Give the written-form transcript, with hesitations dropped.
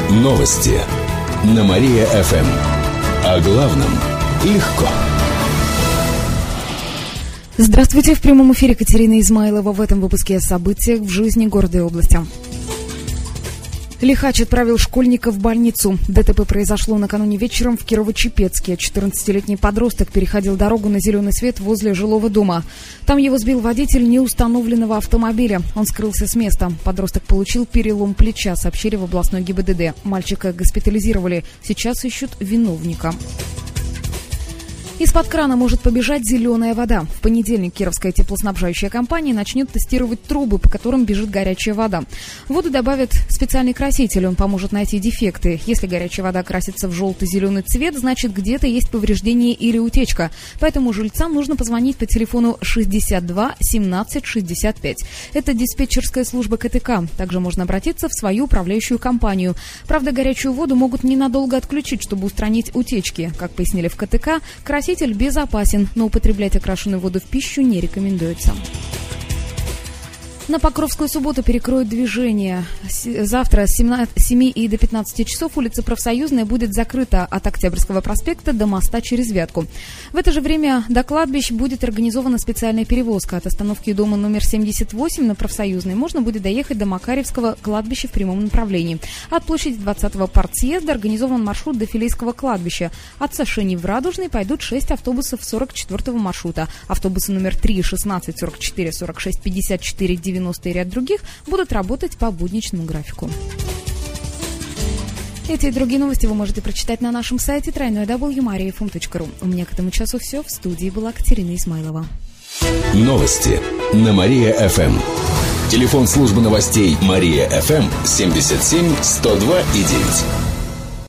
Новости на Мария-ФМ. О главном легко. Здравствуйте, в прямом эфире Катерина Измайлова. В этом выпуске о событиях в жизни города и области. Лихач отправил школьника в больницу. ДТП произошло накануне вечером в Кирово-Чепецке. 14-летний подросток переходил дорогу на зеленый свет возле жилого дома. Там его сбил водитель неустановленного автомобиля. Он скрылся с места. Подросток получил перелом плеча, сообщили в областной ГИБДД. Мальчика госпитализировали. Сейчас ищут виновника. Из-под крана может побежать зеленая вода. В понедельник Кировская теплоснабжающая компания начнет тестировать трубы, по которым бежит горячая вода. В воду добавят специальный краситель, он поможет найти дефекты. Если горячая вода красится в желто-зеленый цвет, значит где-то есть повреждение или утечка. Поэтому жильцам нужно позвонить по телефону 62 17 65. Это диспетчерская служба КТК. Также можно обратиться в свою управляющую компанию. Правда, горячую воду могут ненадолго отключить, чтобы устранить утечки. Как пояснили в КТК, краситель безопасен, но употреблять окрашенную воду в пищу не рекомендуется. На Покровскую субботу перекроют движение. Завтра с 7 и до 15 часов улица Профсоюзная будет закрыта от Октябрьского проспекта до моста через Вятку. В это же время до кладбищ будет организована специальная перевозка. От остановки дома номер 78 на Профсоюзной можно будет доехать до Макарьевского кладбища в прямом направлении. От площади 20-го партсъезда организован маршрут до Филейского кладбища. От Сашени в Радужный пойдут 6 автобусов 44-го маршрута. Автобусы номер 3, 16, 44, 46, 54, 90 и ряд других будут работать по будничному графику. Эти и другие новости вы можете прочитать на нашем сайте www.mariafm.ru. У меня к этому часу все. В студии была Катерина Измайлова. Новости на Мария-ФМ. Телефон службы новостей Мария-ФМ 77 102 и 9.